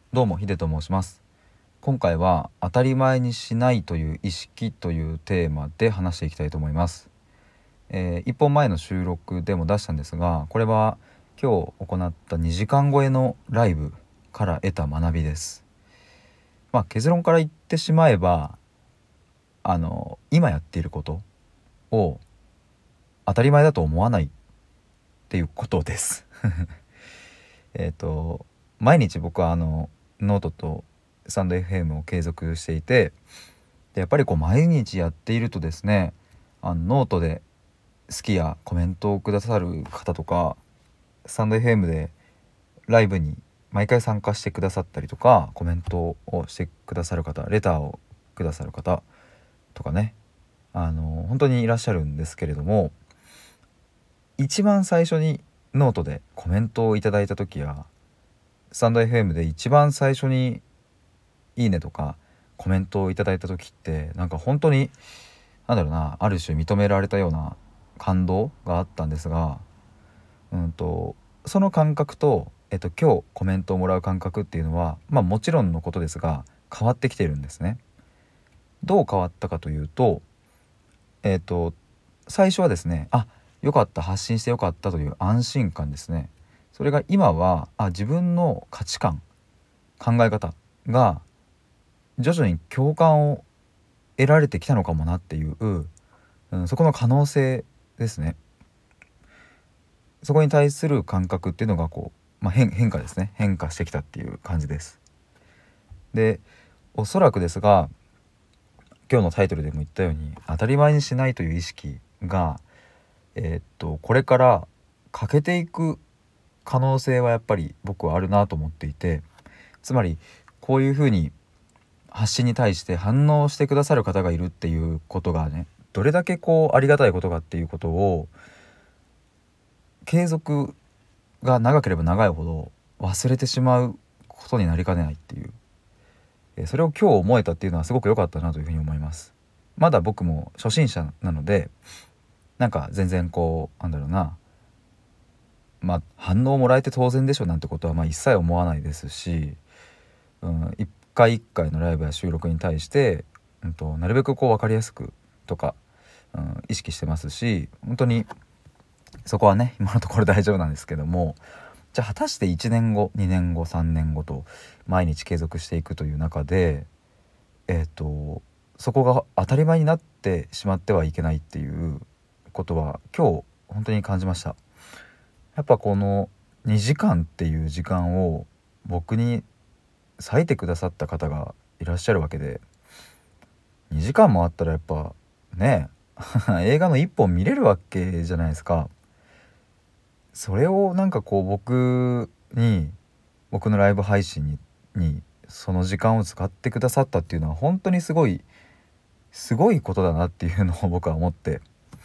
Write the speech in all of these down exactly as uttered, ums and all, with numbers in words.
どうもヒデと申します。今回は当たり前にしないという意識というテーマで話していきたいと思います。えー、一本前の収録でも出したんですが、これは今日行ったにじかん超えのライブから得た学びです。まあ結論から言ってしまえば、あの今やっていることを当たり前だと思わないっていうことです。えっと毎日僕はあのノートとスタンド エフエム を継続していて、でやっぱりこう毎日やっているとですね、あのノートで好きやコメントをくださる方とか、スタンド エフエム でライブに毎回参加してくださったりとか、コメントをしてくださる方、レターをくださる方とかね、あの本当にいらっしゃるんですけれども、一番最初にノートでコメントをいただいた時や、スタンド エフエム で一番最初にいいねとかコメントをいただいた時って、なんか本当になんだろうな、ある種認められたような感動があったんですが、うんとその感覚と、えっと、今日コメントをもらう感覚っていうのは、まあもちろんのことですが変わってきているんですね。どう変わったかというと、えっと最初はですね、あ、よかった、発信してよかったという安心感ですね。それが今は、あ、自分の価値観、考え方が徐々に共感を得られてきたのかもなっていう、うん、そこの可能性ですね。そこに対する感覚っていうのがこう、まあ、変, 変化ですね変化してきたっていう感じです。で、おそらくですが、今日のタイトルでも言ったように、当たり前にしないという意識が、えーっとこれから欠けていく可能性はやっぱり僕はあるなと思っていて、つまりこういうふうに発信に対して反応してくださる方がいるっていうことがね、どれだけこうありがたいことかっていうことを、継続が長ければ長いほど忘れてしまうことになりかねないっていう、えそれを今日思えたっていうのはすごく良かったなというふうに思います。まだ僕も初心者なので、なんか全然こうなんだろうな、まあ反応をもらえて当然でしょなんてことはまあ一切思わないですし、うん、一回一回のライブや収録に対して、うん、となるべくこう分かりやすくとか、うん、意識してますし、本当にそこはね今のところ大丈夫なんですけども、じゃあ果たしていちねんごにねんごさんねんごと毎日継続していくという中で、えっとそこが当たり前になってしまってはいけないっていうことは今日本当に感じました。やっぱこのにじかんっていう時間を僕に割いてくださった方がいらっしゃるわけで、にじかんもあったらやっぱね映画のいっぽん見れるわけじゃないですか。それをなんかこう僕に僕のライブ配信ににその時間を使ってくださったっていうのは本当にすごいすごいことだなっていうのを僕は思って、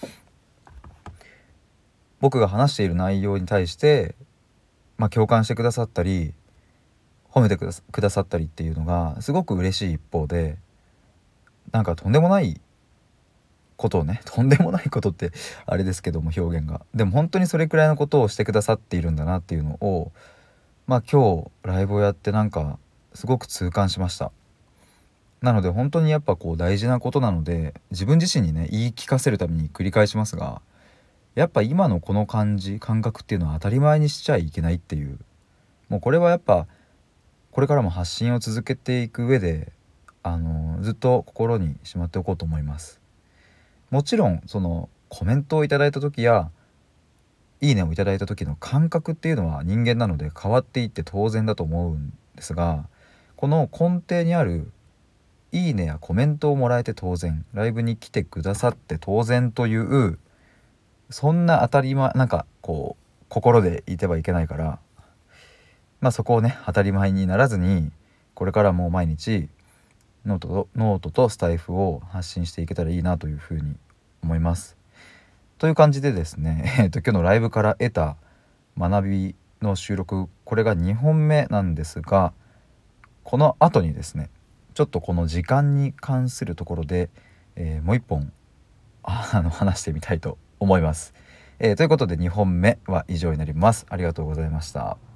僕が話している内容に対して、まあ、共感してくださったり褒めてくださくださったりっていうのがすごく嬉しい一方で、なんかとんでもないことをねとんでもないことってあれですけども、表現がでも本当にそれくらいのことをしてくださっているんだなっていうのを、まあ今日ライブをやってなんかすごく痛感しました。なので本当にやっぱこう大事なことなので、自分自身にね言い聞かせるために繰り返しますが、やっぱ今のこの感じ感覚っていうのは当たり前にしちゃいけないっていう、もうこれはやっぱこれからも発信を続けていく上で、あのずっと心にしまっておこうと思います。もちろんそのコメントをいただいた時やいいねをいただいた時の感覚っていうのは人間なので変わっていって当然だと思うんですが、この根底にあるいいねやコメントをもらえて当然、ライブに来てくださって当然という、そんな当たり前なんかこう心でいてはいけないから、まあそこをね当たり前にならずに、これからも毎日ノートとノートとスタイフを発信していけたらいいなというふうに思います。という感じでですね、えーと今日のライブから得た学びの収録、これがにほんめなんですが、この後にですね、ちょっとこの時間に関するところで、えーもう一本あの話してみたいと思います。えーということでにほんめは以上になります。ありがとうございました。